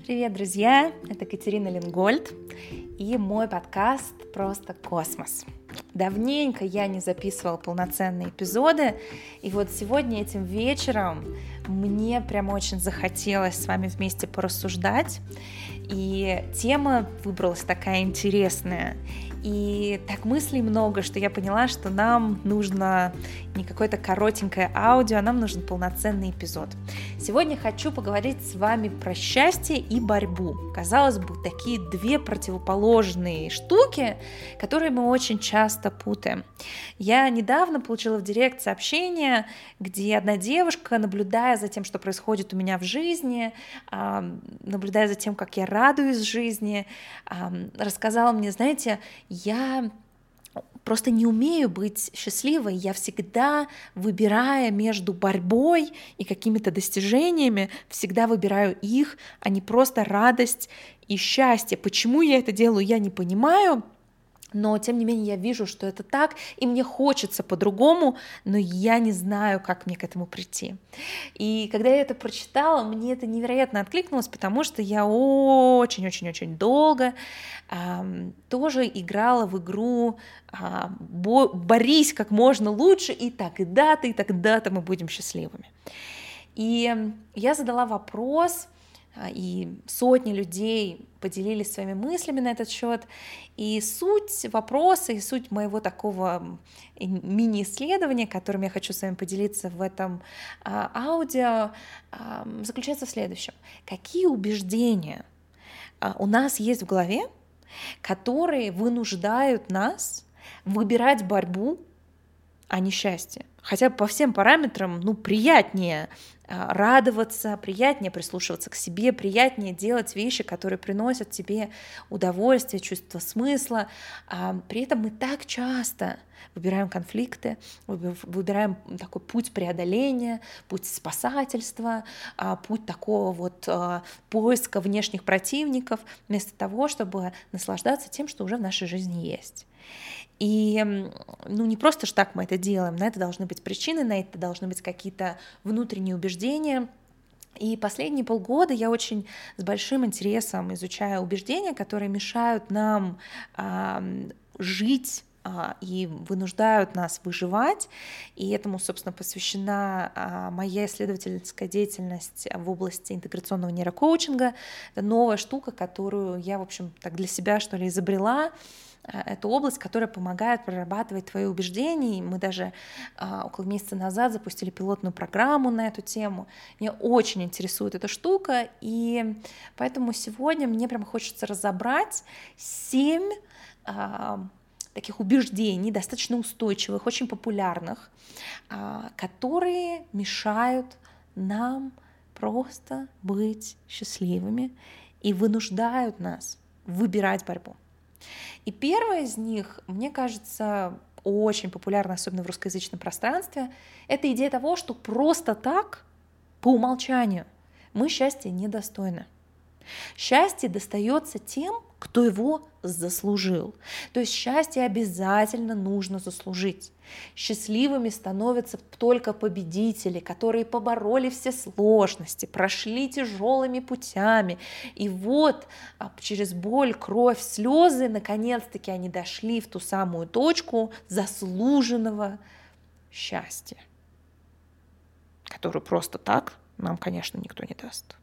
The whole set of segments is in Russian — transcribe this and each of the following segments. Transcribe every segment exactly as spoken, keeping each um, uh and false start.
Привет, друзья! Это Катерина Ленгольд и мой подкаст «Просто космос». Давненько я не записывала полноценные эпизоды, и вот сегодня этим вечером мне прям очень захотелось с вами вместе порассуждать, и тема выбралась такая интересная, и так мыслей много, что я поняла, что нам нужно не какое-то коротенькое аудио, а нам нужен полноценный эпизод. Сегодня хочу поговорить с вами про счастье и борьбу. Казалось бы, такие две противоположные штуки, которые мы очень часто путаем. Я недавно получила в директ сообщение, где одна девушка, наблюдая за тем, что происходит у меня в жизни, наблюдая за тем, как я радуюсь жизни, рассказала мне, знаете, я просто не умею быть счастливой, я всегда, выбирая между борьбой и какими-то достижениями, всегда выбираю их, а не просто радость и счастье. Почему я это делаю, я не понимаю, но тем не менее я вижу, что это так, и мне хочется по-другому, но я не знаю, как мне к этому прийти. И когда я это прочитала, мне это невероятно откликнулось, потому что я очень-очень-очень долго э, тоже играла в игру э, бо- «борись как можно лучше, и тогда-то, и тогда-то мы будем счастливыми». И я задала вопрос, и сотни людей поделились своими мыслями на этот счет. И суть вопроса, и суть моего такого мини-исследования, которым я хочу с вами поделиться в этом а, аудио, а, заключается в следующем. Какие убеждения а, у нас есть в голове, которые вынуждают нас выбирать борьбу, а не счастье? Хотя по всем параметрам, ну, приятнее радоваться, приятнее прислушиваться к себе, приятнее делать вещи, которые приносят тебе удовольствие, чувство смысла. При этом мы так часто выбираем конфликты, выбираем такой путь преодоления, путь спасательства, путь такого вот поиска внешних противников, вместо того, чтобы наслаждаться тем, что уже в нашей жизни есть. И ну, не просто ж так мы это делаем, на это должны быть причины, на это должны быть какие-то внутренние убеждения. И последние полгода я очень с большим интересом изучаю убеждения, которые мешают нам а, жить а, и вынуждают нас выживать. И этому, собственно, посвящена а, моя исследовательская деятельность в области интеграционного нейрокоучинга. Это новая штука, которую я, в общем, так для себя, что ли, изобрела. Это область, которая помогает прорабатывать твои убеждения. И мы даже а, около месяца назад запустили пилотную программу на эту тему. Меня очень интересует эта штука, и поэтому сегодня мне прям хочется разобрать семь а, таких убеждений, достаточно устойчивых, очень популярных, а, которые мешают нам просто быть счастливыми и вынуждают нас выбирать борьбу. И первое из них, мне кажется, очень популярно, особенно в русскоязычном пространстве, это идея того, что просто так, по умолчанию, мы счастья недостойны. Счастье достается тем, кто его заслужил. То есть счастье обязательно нужно заслужить. Счастливыми становятся только победители, которые побороли все сложности, прошли тяжелыми путями. И вот через боль, кровь, слезы, наконец-таки они дошли в ту самую точку заслуженного счастья, которую просто так нам, конечно, никто не даст.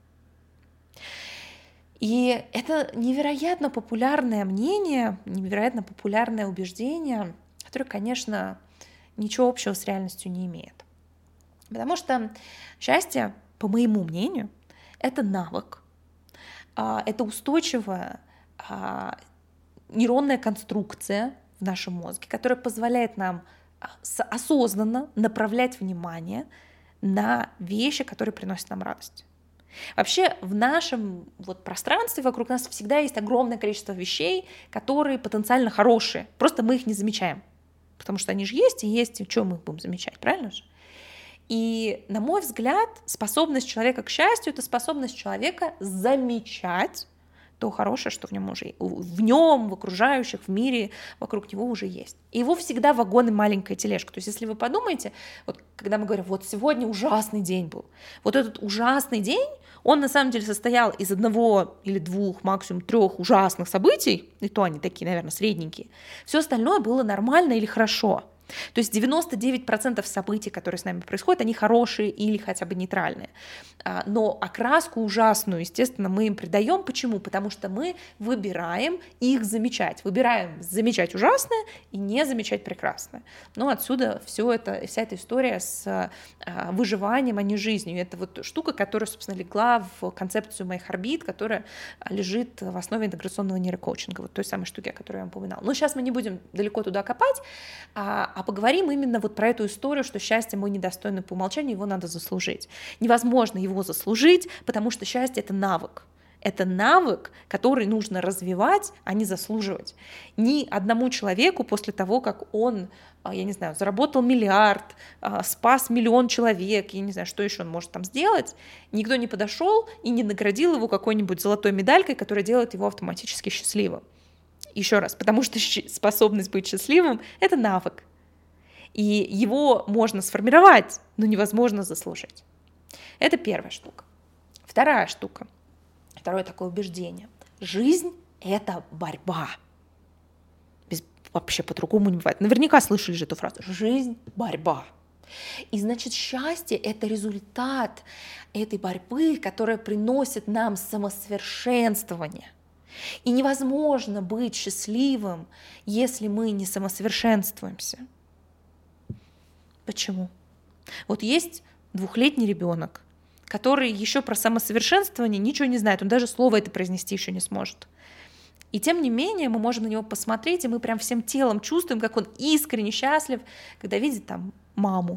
И это невероятно популярное мнение, невероятно популярное убеждение, которое, конечно, ничего общего с реальностью не имеет. Потому что счастье, по моему мнению, это навык, это устойчивая нейронная конструкция в нашем мозге, которая позволяет нам осознанно направлять внимание на вещи, которые приносят нам радость. Вообще в нашем вот пространстве вокруг нас всегда есть огромное количество вещей, которые потенциально хорошие, просто мы их не замечаем, потому что они же есть и есть, и что мы их будем замечать, правильно же? И, на мой взгляд, способность человека к счастью — это способность человека замечать то хорошее, что в нем уже в нем, в окружающих, в мире вокруг него уже есть. И его всегда вагон и маленькая тележка. То есть если вы подумаете, вот когда мы говорим, вот сегодня ужасный день был, вот этот ужасный день, Он на самом деле состоял из одного или двух, максимум трех ужасных событий, и то они такие, наверное, средненькие. Все остальное было нормально или хорошо. То есть девяносто девять процентов событий, которые с нами происходят, они хорошие или хотя бы нейтральные. Но окраску ужасную, естественно, мы им придаем. Почему? Потому что мы выбираем их замечать. Выбираем замечать ужасное и не замечать прекрасное. Но отсюда все это, вся эта история с выживанием, а не жизнью. Это вот штука, которая, собственно, легла в концепцию моих орбит, которая лежит в основе интеграционного нейрокоучинга, вот той самой штуки, о которой я вам упоминала. Но сейчас мы не будем далеко туда копать, а поговорим именно вот про эту историю, что счастье мы недостойны по умолчанию, его надо заслужить. Невозможно его заслужить, потому что счастье — это навык. Это навык, который нужно развивать, а не заслуживать. Ни одному человеку после того, как он, я не знаю, заработал миллиард, спас миллион человек, я не знаю, что еще он может там сделать, никто не подошел и не наградил его какой-нибудь золотой медалькой, которая делает его автоматически счастливым. Еще раз, потому что способность быть счастливым — это навык. И его можно сформировать, но невозможно заслужить. Это первая штука. Вторая штука, второе такое убеждение. Жизнь — это борьба. Без, вообще по-другому не бывает. Наверняка слышали же эту фразу. Жизнь — борьба. И значит, счастье — это результат этой борьбы, которая приносит нам самосовершенствование. И невозможно быть счастливым, если мы не самосовершенствуемся. Почему? Вот есть двухлетний ребенок, который еще про самосовершенствование ничего не знает, он даже слово это произнести еще не сможет. И тем не менее мы можем на него посмотреть, и мы прям всем телом чувствуем, как он искренне счастлив, когда видит там маму.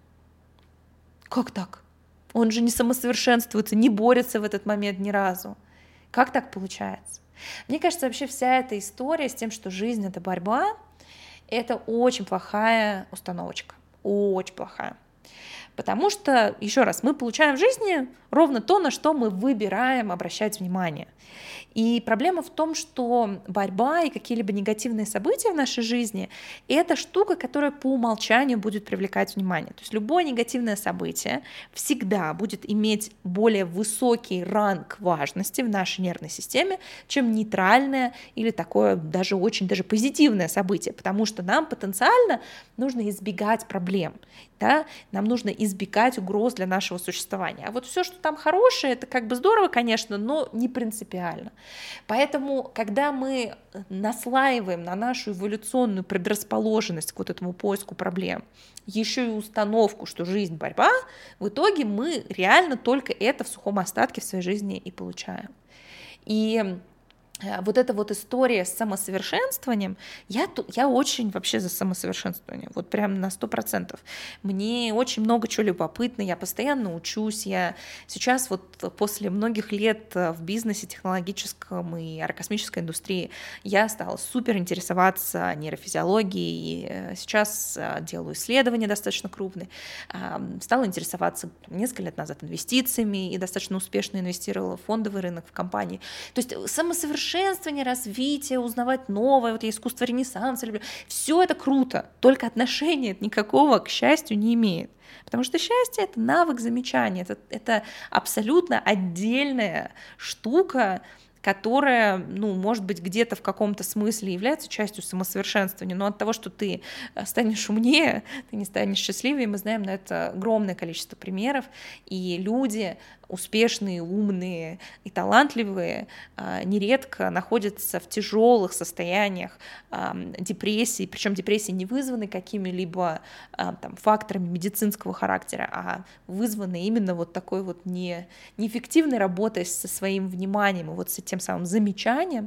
Как так? Он же не самосовершенствуется, не борется в этот момент ни разу. Как так получается? Мне кажется, вообще вся эта история с тем, что жизнь — это борьба, это очень плохая установочка. Очень плохая. Потому что, еще раз, мы получаем в жизни ровно то, на что мы выбираем обращать внимание. И проблема в том, что борьба и какие-либо негативные события в нашей жизни — это штука, которая по умолчанию будет привлекать внимание. То есть любое негативное событие всегда будет иметь более высокий ранг важности в нашей нервной системе, чем нейтральное или такое даже очень даже позитивное событие, потому что нам потенциально нужно избегать проблем, да? Нам нужно избегать угроз для нашего существования. А вот все, что там хорошее, это как бы здорово, конечно, но не принципиально. Поэтому, когда мы наслаиваем на нашу эволюционную предрасположенность к вот этому поиску проблем еще и установку, что жизнь — борьба, в итоге мы реально только это в сухом остатке в своей жизни и получаем. И вот эта вот история с самосовершенствованием, я, я очень вообще за самосовершенствование, вот прям на сто процентов. Мне очень много чего любопытно, я постоянно учусь, я сейчас вот после многих лет в бизнесе технологическом и аэрокосмической индустрии я стала супер интересоваться нейрофизиологией, и сейчас делаю исследования достаточно крупные, стала интересоваться несколько лет назад инвестициями и достаточно успешно инвестировала в фондовый рынок, в компании. То есть самосовершенствование, развитие, узнавать новое, вот я искусство Ренессанса люблю, все это круто, только отношения никакого к счастью не имеет. Потому что счастье — это навык замечания, это, это абсолютно отдельная штука, которая, ну, может быть, где-то в каком-то смысле является частью самосовершенствования, но от того, что ты станешь умнее, ты не станешь счастливее, мы знаем на это огромное количество примеров, и люди успешные, умные и талантливые нередко находятся в тяжелых состояниях депрессии, причем депрессии не вызваны какими-либо там факторами медицинского характера, а вызваны именно вот такой вот не, неэффективной работой со своим вниманием и вот с тем самым замечанием,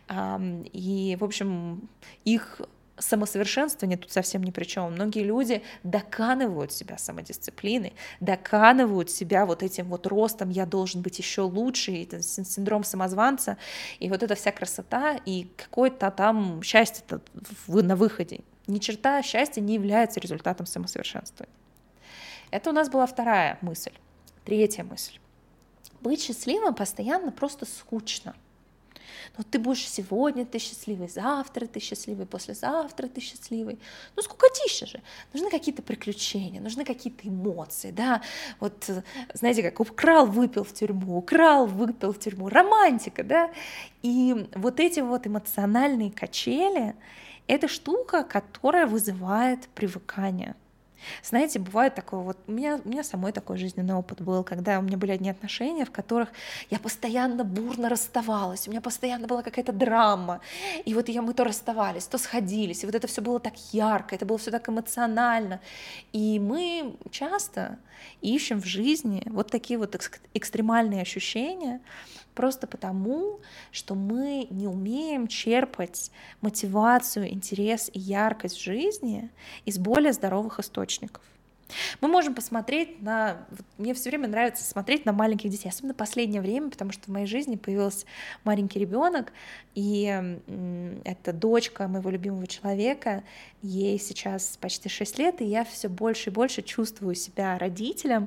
и, в общем, их самосовершенствование тут совсем ни при чем. Многие люди доканывают себя самодисциплиной, доканывают себя вот этим вот ростом «я должен быть еще лучше», и это синдром самозванца, и вот эта вся красота, и какое-то там счастье на выходе. Ни черта счастья не является результатом самосовершенствования. Это у нас была вторая мысль. Третья мысль. Быть счастливым постоянно просто скучно. Но ты будешь сегодня, ты счастливый, завтра ты счастливый, послезавтра ты счастливый. Ну, скукотища же. Нужны какие-то приключения, нужны какие-то эмоции, да. Вот, знаете, как украл, выпил в тюрьму, украл, выпил в тюрьму. Романтика, да. И вот эти вот эмоциональные качели — это штука, которая вызывает привыкание. Знаете, бывает такое, вот у меня, у меня самой такой жизненный опыт был, когда у меня были одни отношения, в которых я постоянно бурно расставалась, у меня постоянно была какая-то драма, и вот я, мы то расставались, то сходились, и вот это все было так ярко, это было все так эмоционально, и мы часто ищем в жизни вот такие вот экс- экстремальные ощущения, просто потому, что мы не умеем черпать мотивацию, интерес и яркость в жизни из более здоровых источников. Мы можем посмотреть на... Мне все время нравится смотреть на маленьких детей, особенно в последнее время, потому что в моей жизни появился маленький ребенок, и это дочка моего любимого человека, ей сейчас почти шесть лет, и я все больше и больше чувствую себя родителем.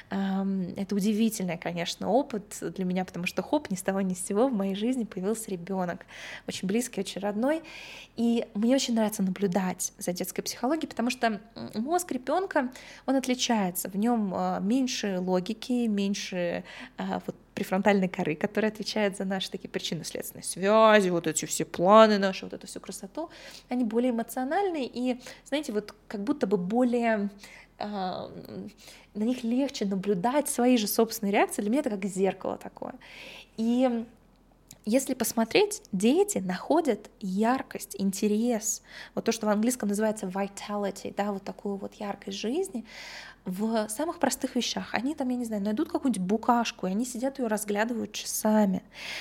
Это удивительный, конечно, опыт для меня, потому что хоп, ни с того ни с сего в моей жизни появился ребенок, очень близкий, очень родной, и мне очень нравится наблюдать за детской психологией, потому что мозг ребенка, он отличается, в нем меньше логики, меньше вот префронтальной коры, которая отвечает за наши такие причинно-следственные связи, вот эти все планы наши, вот эту всю красоту, они более эмоциональные и, знаете, вот как будто бы более... на них легче наблюдать свои же собственные реакции. Для меня это как зеркало такое. И если посмотреть, дети находят яркость, интерес, вот то, что в английском называется vitality, да, вот такую вот яркость жизни в самых простых вещах. Они там, я не знаю, найдут какую-нибудь букашку, и они сидят ее разглядывают часами.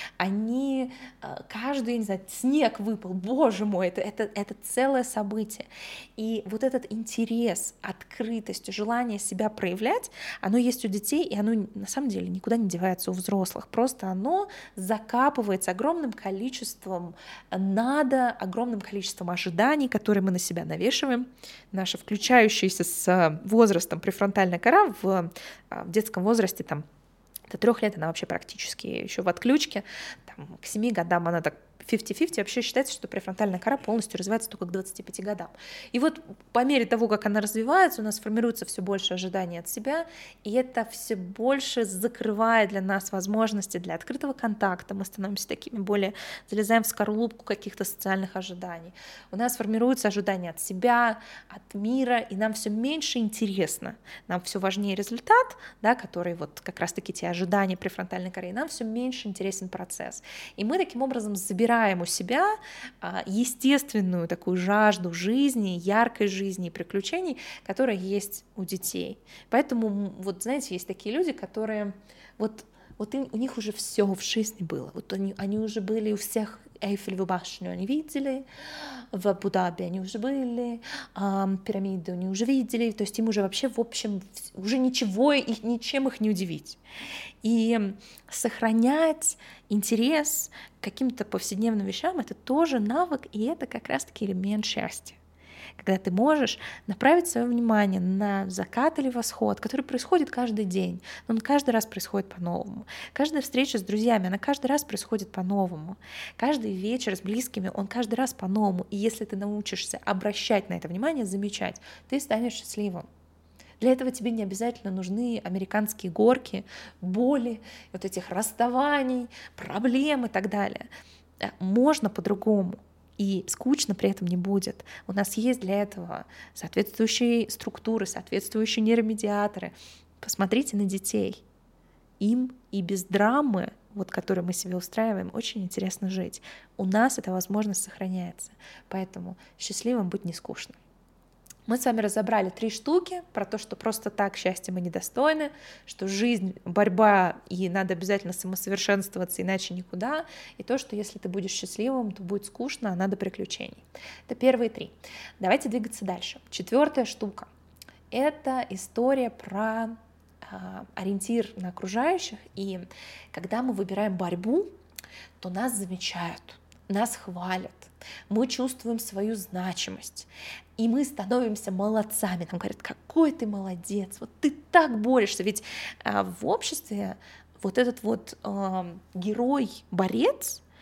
Они каждый, я не знаю, снег выпал, боже мой, это, это, это целое событие. И вот этот интерес, открытость, желание себя проявлять, оно есть у детей, и оно на самом деле никуда не девается у взрослых. Просто оно закапывается огромным количеством надо, огромным количеством ожиданий, которые мы на себя навешиваем. Наша включающаяся с возрастом префронтальная кора в, в детском возрасте, там, до трех лет она вообще практически еще в отключке, там, к семи годам она так пятьдесят на пятьдесят, вообще считается, что префронтальная кора полностью развивается только к двадцати пяти годам. И вот по мере того, как она развивается, у нас формируется все больше ожиданий от себя, и это все больше закрывает для нас возможности для открытого контакта, мы становимся такими более, залезаем в скорлупку каких-то социальных ожиданий. У нас формируются ожидания от себя, от мира, и нам все меньше интересно, нам все важнее результат, да, который вот как раз-таки те ожидания префронтальной коры, и нам все меньше интересен процесс. И мы таким образом забираем у себя естественную такую жажду жизни, яркой жизни и приключений, которая есть у детей. Поэтому, вот знаете, есть такие люди, которые вот, вот им, у них уже все в жизни было. Вот они, они уже были у всех, Эйфелеву башню они видели, в Абу-Даби они уже были, эм, пирамиды они уже видели, то есть им уже вообще, в общем, уже ничего, их, ничем их не удивить. И сохранять интерес к каким-то повседневным вещам — это тоже навык, и это как раз-таки элемент счастья. Когда ты можешь направить свое внимание на закат или восход, который происходит каждый день, но он каждый раз происходит по-новому. Каждая встреча с друзьями, она каждый раз происходит по-новому. Каждый вечер с близкими, он каждый раз по-новому. И если ты научишься обращать на это внимание, замечать, ты станешь счастливым. Для этого тебе не обязательно нужны американские горки, боли, вот этих расставаний, проблем и так далее. Можно по-другому. И скучно при этом не будет. У нас есть для этого соответствующие структуры, соответствующие нейромедиаторы. Посмотрите на детей. Им и без драмы, вот, которую мы себе устраиваем, очень интересно жить. У нас эта возможность сохраняется. Поэтому счастливым быть не скучно. Мы с вами разобрали три штуки про то, что просто так счастья мы недостойны, что жизнь — борьба, и надо обязательно самосовершенствоваться, иначе никуда, и то, что если ты будешь счастливым, то будет скучно, а надо приключений. Это первые три. Давайте двигаться дальше. Четвертая штука — это история про э, ориентир на окружающих, и когда мы выбираем борьбу, то нас замечают, нас хвалят, мы чувствуем свою значимость, и мы становимся молодцами. Нам говорят: какой ты молодец, вот ты так борешься. Ведь а, в обществе вот этот вот э, герой-борец,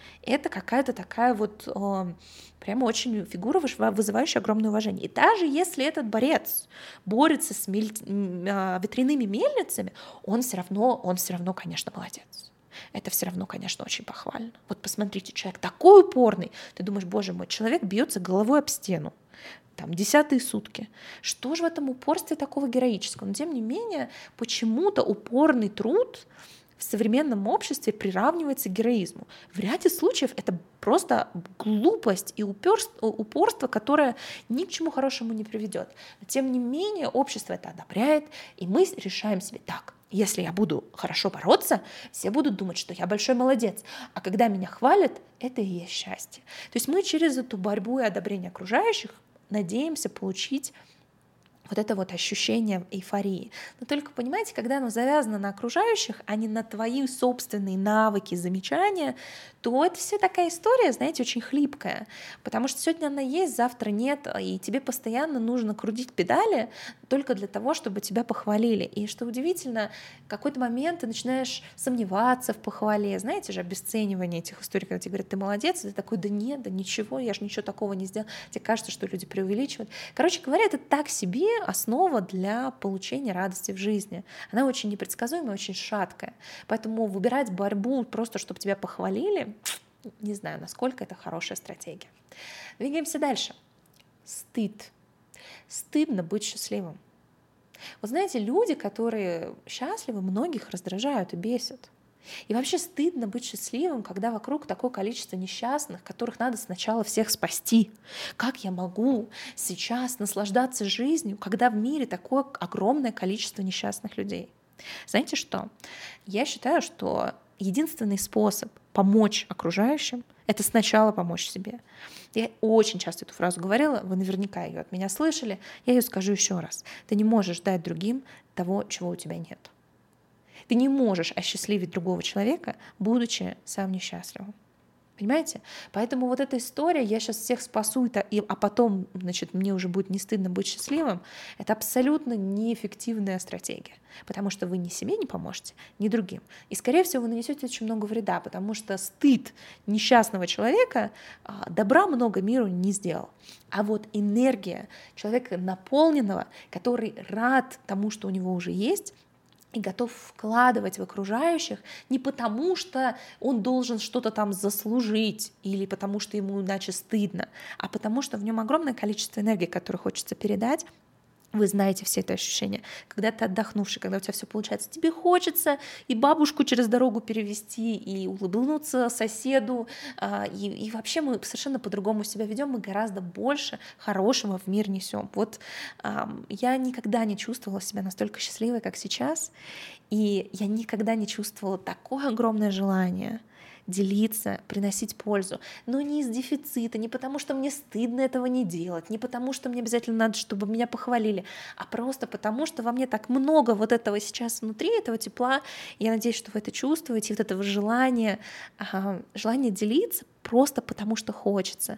Это какая-то такая вот э, прямо очень фигура, вызывающая огромное уважение. И даже если этот борец борется с мель... ветряными мельницами, он все равно, он все равно, конечно, молодец. Это все равно, конечно, очень похвально. Вот посмотрите, человек такой упорный, ты думаешь, боже мой, человек бьется головой об стену, там, десятые сутки. Что же в этом упорстве такого героического? Но тем не менее, почему-то упорный труд в современном обществе приравнивается к героизму. В ряде случаев это просто глупость и упорство, упорство, которое ни к чему хорошему не приведет. Но тем не менее, общество это одобряет, и мы решаем себе так. Если я буду хорошо бороться, все будут думать, что я большой молодец. А когда меня хвалят, это и есть счастье. То есть мы через эту борьбу и одобрение окружающих надеемся получить вот это вот ощущение эйфории. Но только, понимаете, когда оно завязано на окружающих, а не на твои собственные навыки, замечания, то это все такая история, знаете, очень хлипкая. Потому что сегодня она есть, завтра нет, и тебе постоянно нужно крутить педали только для того, чтобы тебя похвалили. И что удивительно, в какой-то момент ты начинаешь сомневаться в похвале. Знаете же, обесценивание этих историй, когда тебе говорят, ты молодец, и ты такой, да нет, да ничего, я же ничего такого не сделал. Тебе кажется, что люди преувеличивают. Короче говоря, это так себе основа для получения радости в жизни. Она очень непредсказуемая, очень шаткая. Поэтому выбирать борьбу просто, чтобы тебя похвалили, не знаю, насколько это хорошая стратегия. Двигаемся дальше. Стыд. Стыдно быть счастливым. Вот знаете, люди, которые счастливы, многих раздражают и бесят. И вообще стыдно быть счастливым, когда вокруг такое количество несчастных, которых надо сначала всех спасти. Как я могу сейчас наслаждаться жизнью, когда в мире такое огромное количество несчастных людей? Знаете что? Я считаю, что единственный способ помочь окружающим — это сначала помочь себе. Я очень часто эту фразу говорила, вы наверняка ее от меня слышали, я ее скажу еще раз. Ты не можешь дать другим того, чего у тебя нет. Ты не можешь осчастливить другого человека, будучи сам несчастливым. Понимаете? Поэтому вот эта история, я сейчас всех спасу, а потом, значит, мне уже будет не стыдно быть счастливым, это абсолютно неэффективная стратегия, потому что вы ни себе не поможете, ни другим. И, скорее всего, вы нанесете очень много вреда, потому что стыд несчастного человека добра много миру не сделал. А вот энергия человека наполненного, который рад тому, что у него уже есть, и готов вкладывать в окружающих не потому, что он должен что-то там заслужить или потому, что ему иначе стыдно, а потому, что в нем огромное количество энергии, которое хочется передать. Вы знаете все это ощущение, когда ты отдохнувший, когда у тебя все получается, тебе хочется и бабушку через дорогу перевести, и улыбнуться соседу, и, и вообще мы совершенно по-другому себя ведем, мы гораздо больше хорошего в мир несем. Вот я никогда не чувствовала себя настолько счастливой, как сейчас, и я никогда не чувствовала такое огромное желание делиться, приносить пользу, но не из дефицита, не потому, что мне стыдно этого не делать, не потому, что мне обязательно надо, чтобы меня похвалили, а просто потому, что во мне так много вот этого сейчас внутри, этого тепла. Я надеюсь, что вы это чувствуете, вот этого желания, желания делиться просто потому, что хочется,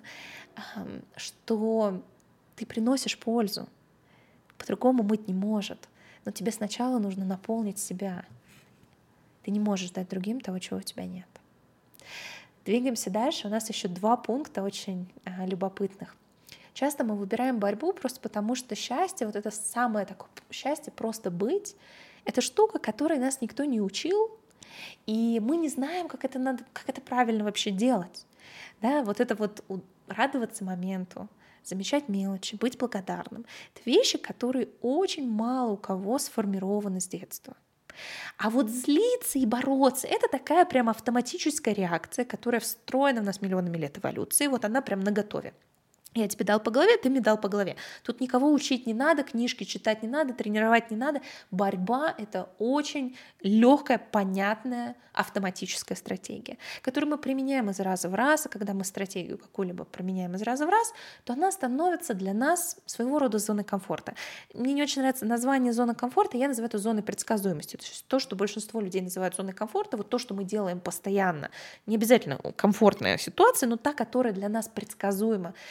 что ты приносишь пользу. По-другому быть не может. Но тебе сначала нужно наполнить себя. Ты не можешь дать другим того, чего у тебя нет. Двигаемся дальше. У нас еще два пункта очень а, любопытных. Часто мы выбираем борьбу просто потому, что счастье, вот это самое такое счастье просто быть, это штука, которой нас никто не учил, и мы не знаем, как это надо, как это правильно вообще делать. Да, вот это вот радоваться моменту, замечать мелочи, быть благодарным. Это вещи, которые очень мало у кого сформированы с детства. А вот злиться и бороться — это такая прям автоматическая реакция, которая встроена в нас миллионами лет эволюции. Вот она прям наготове. Я тебе дал по голове, ты мне дал по голове. Тут никого учить не надо, книжки читать не надо, тренировать не надо. Борьба — это очень легкая, понятная, автоматическая стратегия, которую мы применяем из раза в раз, а когда мы стратегию какую-либо применяем из раза в раз, то она становится для нас своего рода зоной комфорта. Мне не очень нравится название зоны комфорта, я называю это зоной предсказуемости. То есть то, что большинство людей называют зоной комфорта, вот то, что мы делаем постоянно. Не обязательно комфортная ситуация, но та, которая для нас предсказуема.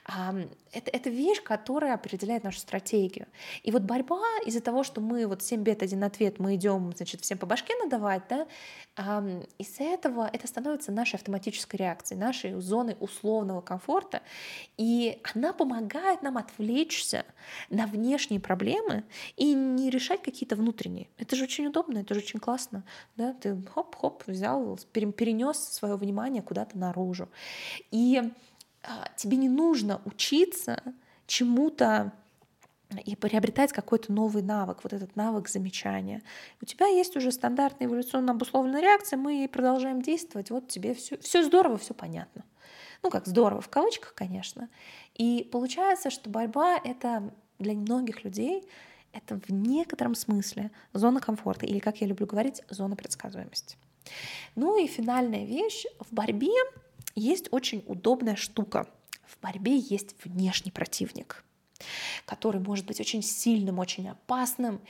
Это, это вещь, которая определяет нашу стратегию. И вот борьба из-за того, что мы вот семь бед, один ответ, мы идем, значит, всем по башке надавать, да, из-за этого это становится нашей автоматической реакцией, нашей зоной условного комфорта, и она помогает нам отвлечься на внешние проблемы и не решать какие-то внутренние. Это же очень удобно, это же очень классно, да, ты хоп-хоп взял, перенес свое внимание куда-то наружу. И тебе не нужно учиться чему-то и приобретать какой-то новый навык, вот этот навык замечания. У тебя есть уже стандартная эволюционно обусловленная реакция, мы ей продолжаем действовать, вот тебе все, все здорово, все понятно. Ну, как здорово, в кавычках, конечно. И получается, что борьба — это для многих людей это в некотором смысле зона комфорта, или, как я люблю говорить, зона предсказуемости. Ну и финальная вещь. В борьбе есть очень удобная штука. В борьбе есть внешний противник, который может быть очень сильным, очень опасным,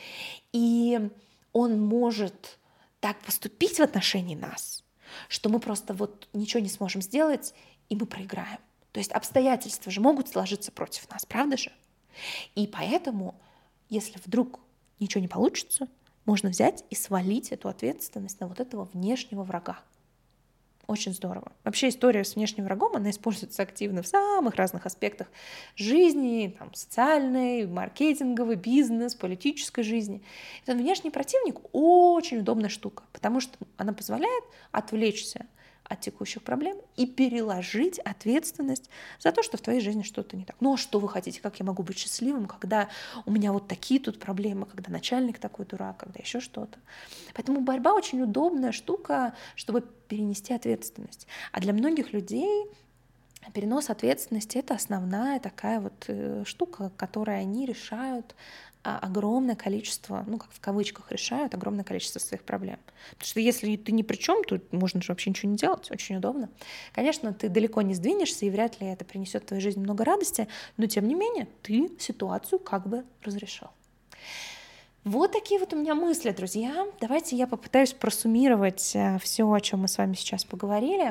и он может так поступить в отношении нас, что мы просто вот ничего не сможем сделать, и мы проиграем. То есть обстоятельства же могут сложиться против нас, правда же? И поэтому, если вдруг ничего не получится, можно взять и свалить эту ответственность на вот этого внешнего врага. Очень здорово. Вообще история с внешним врагом, она используется активно в самых разных аспектах жизни, там, социальной, маркетинговой, бизнес, политической жизни. Этот внешний противник очень удобная штука, потому что она позволяет отвлечься от текущих проблем и переложить ответственность за то, что в твоей жизни что-то не так. Ну а что вы хотите? Как я могу быть счастливым, когда у меня вот такие тут проблемы, когда начальник такой дурак, когда еще что-то. Поэтому борьба очень удобная штука, чтобы перенести ответственность. А для многих людей перенос ответственности — это основная такая вот штука, которой они решают огромное количество, ну, как в кавычках, решают огромное количество своих проблем. Потому что если ты ни при чем, то можно же вообще ничего не делать, очень удобно. Конечно, ты далеко не сдвинешься, и вряд ли это принесет в твою жизнь много радости, но тем не менее ты ситуацию как бы разрешил. Вот такие вот у меня мысли, друзья. Давайте я попытаюсь просуммировать все, о чем мы с вами сейчас поговорили.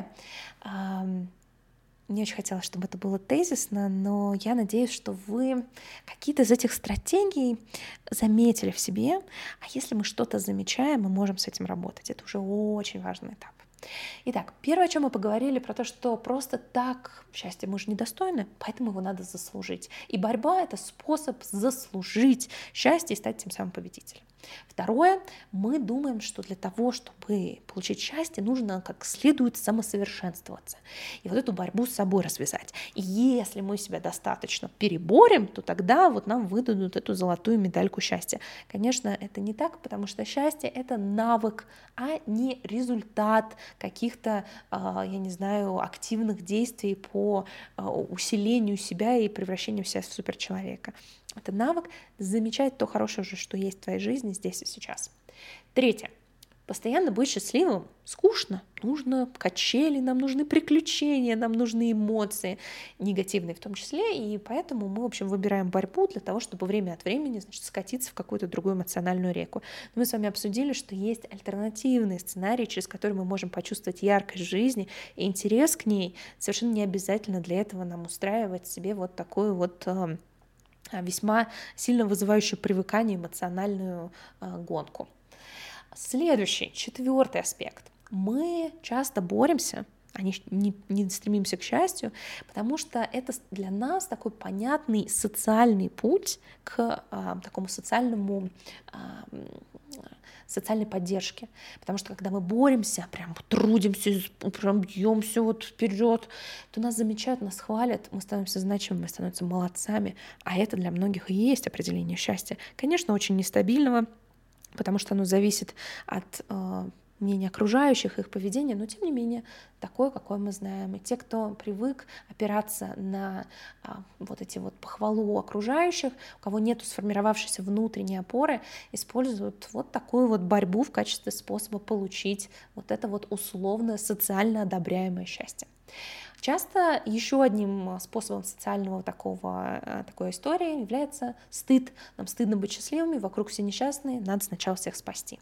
Мне очень хотелось, чтобы это было тезисно, но я надеюсь, что вы какие-то из этих стратегий заметили в себе. А если мы что-то замечаем, мы можем с этим работать. Это уже очень важный этап. Итак, первое, о чем мы поговорили, про то, что просто так счастья мы же недостойны, поэтому его надо заслужить. И борьба — это способ заслужить счастье и стать тем самым победителем. Второе, мы думаем, что для того, чтобы получить счастье, нужно как следует самосовершенствоваться и вот эту борьбу с собой развязать. И если мы себя достаточно переборем, то тогда вот нам выдадут эту золотую медальку счастья. Конечно, это не так, потому что счастье — это навык, а не результат каких-то, я не знаю, активных действий по усилению себя и превращению себя в суперчеловека. Это навык замечать то хорошее уже, что есть в твоей жизни здесь и сейчас. Третье. Постоянно быть счастливым скучно. Нужно качели, нам нужны приключения, нам нужны эмоции, негативные в том числе. И поэтому мы, в общем, выбираем борьбу для того, чтобы время от времени, значит, скатиться в какую-то другую эмоциональную реку. Мы с вами обсудили, что есть альтернативные сценарии, через которые мы можем почувствовать яркость жизни и интерес к ней. Совершенно не обязательно для этого нам устраивать себе вот такую вот весьма сильно вызывающую привыкание эмоциональную э, гонку. Следующий, четвертый аспект. Мы часто боремся, а не, не, не стремимся к счастью, потому что это для нас такой понятный социальный путь к э, такому социальному э, социальной поддержки. Потому что когда мы боремся, прям трудимся, прям бьемся вот вперед, то нас замечают, нас хвалят, мы становимся значимыми, мы становимся молодцами. А это для многих и есть определение счастья. Конечно, очень нестабильного, потому что оно зависит от э, мнения окружающих, их поведения, но тем не менее такое, какое мы знаем. И те, кто привык опираться на а, вот эти вот похвалу окружающих, у кого нету сформировавшейся внутренней опоры, используют вот такую вот борьбу в качестве способа получить вот это вот условно социально одобряемое счастье. Часто еще одним способом социального такого, такой истории является стыд. Нам стыдно быть счастливыми, вокруг все несчастные, надо сначала всех спасти.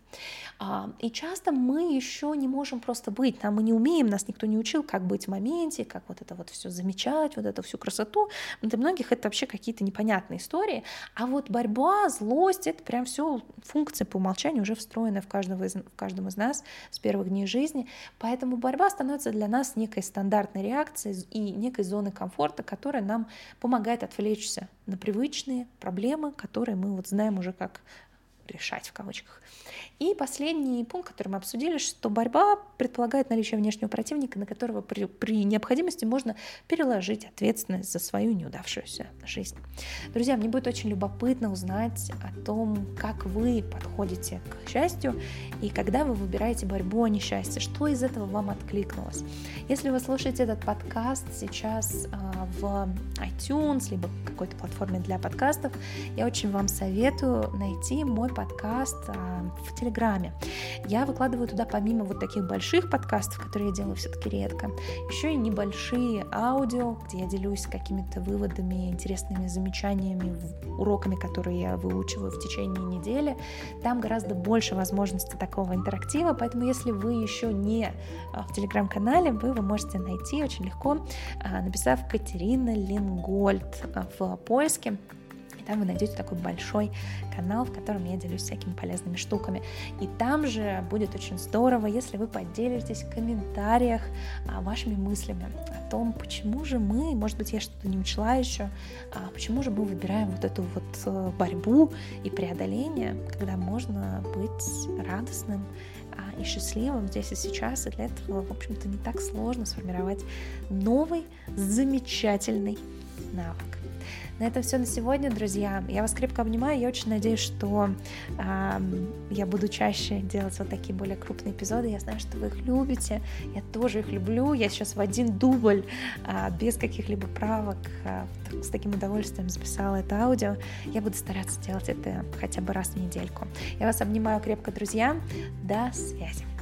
И часто мы еще не можем просто быть, нам мы не умеем, нас никто не учил, как быть в моменте, как вот это вот все замечать, вот эту всю красоту. Для многих это вообще какие-то непонятные истории. А вот борьба, злость — это прям все функция по умолчанию уже встроенная в, каждого из, в каждом из нас с первых дней жизни. Поэтому борьба становится для нас некой стандартной реакцией и некой зоной комфорта, которая нам помогает отвлечься на привычные проблемы, которые мы вот знаем уже как решать в кавычках. И последний пункт, который мы обсудили, что борьба предполагает наличие внешнего противника, на которого при, при необходимости можно переложить ответственность за свою неудавшуюся жизнь. Друзья, мне будет очень любопытно узнать о том, как вы подходите к счастью и когда вы выбираете борьбу, а не счастье, что из этого вам откликнулось. Если вы слушаете этот подкаст сейчас а, в iTunes, либо какой-то платформе для подкастов, я очень вам советую найти мой подкаст а, в Телеграме. Я выкладываю туда помимо вот таких больших подкастов, которые я делаю все-таки редко, еще и небольшие аудио, где я делюсь какими-то выводами, интересными замечаниями, уроками, которые я выучиваю в течение недели. Там гораздо больше возможностей такого интерактива, поэтому если вы еще не в Телеграм-канале, вы его можете найти очень легко, написав Катерина Лингольд в поиске. Там вы найдете такой большой канал, в котором я делюсь всякими полезными штуками. И там же будет очень здорово, если вы поделитесь в комментариях вашими мыслями о том, почему же мы, может быть, я что-то не учла еще, почему же мы выбираем вот эту вот борьбу и преодоление, когда можно быть радостным и счастливым здесь и сейчас, и для этого, в общем-то, не так сложно сформировать новый, замечательный навык. На этом все на сегодня, друзья. Я вас крепко обнимаю. Я очень надеюсь, что э, я буду чаще делать вот такие более крупные эпизоды. Я знаю, что вы их любите. Я тоже их люблю. Я сейчас в один дубль, э, без каких-либо правок, э, с таким удовольствием записала это аудио. Я буду стараться делать это хотя бы раз в недельку. Я вас обнимаю крепко, друзья. До связи.